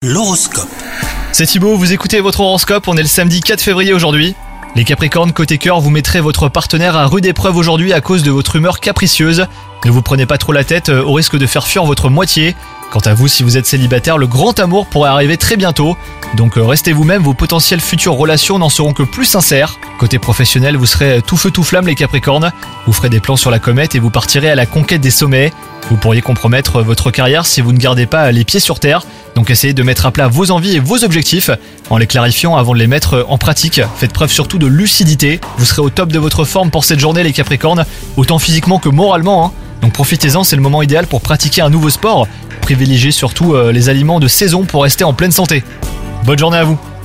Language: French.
L'horoscope. C'est Thibaut, vous écoutez votre horoscope, on est le samedi 4 février aujourd'hui. Les Capricornes, côté cœur, vous mettrez votre partenaire à rude épreuve aujourd'hui à cause de votre humeur capricieuse. Ne vous prenez pas trop la tête au risque de faire fuir votre moitié. Quant à vous, si vous êtes célibataire, le grand amour pourrait arriver très bientôt. Donc restez vous-même, vos potentielles futures relations n'en seront que plus sincères. Côté professionnel, vous serez tout feu tout flamme les Capricornes. Vous ferez des plans sur la comète et vous partirez à la conquête des sommets. Vous pourriez compromettre votre carrière si vous ne gardez pas les pieds sur terre. Donc essayez de mettre à plat vos envies et vos objectifs en les clarifiant avant de les mettre en pratique. Faites preuve surtout de lucidité. Vous serez au top de votre forme pour cette journée les Capricornes, autant physiquement que moralement. Donc profitez-en, c'est le moment idéal pour pratiquer un nouveau sport. Privilégiez surtout les aliments de saison pour rester en pleine santé. Bonne journée à vous.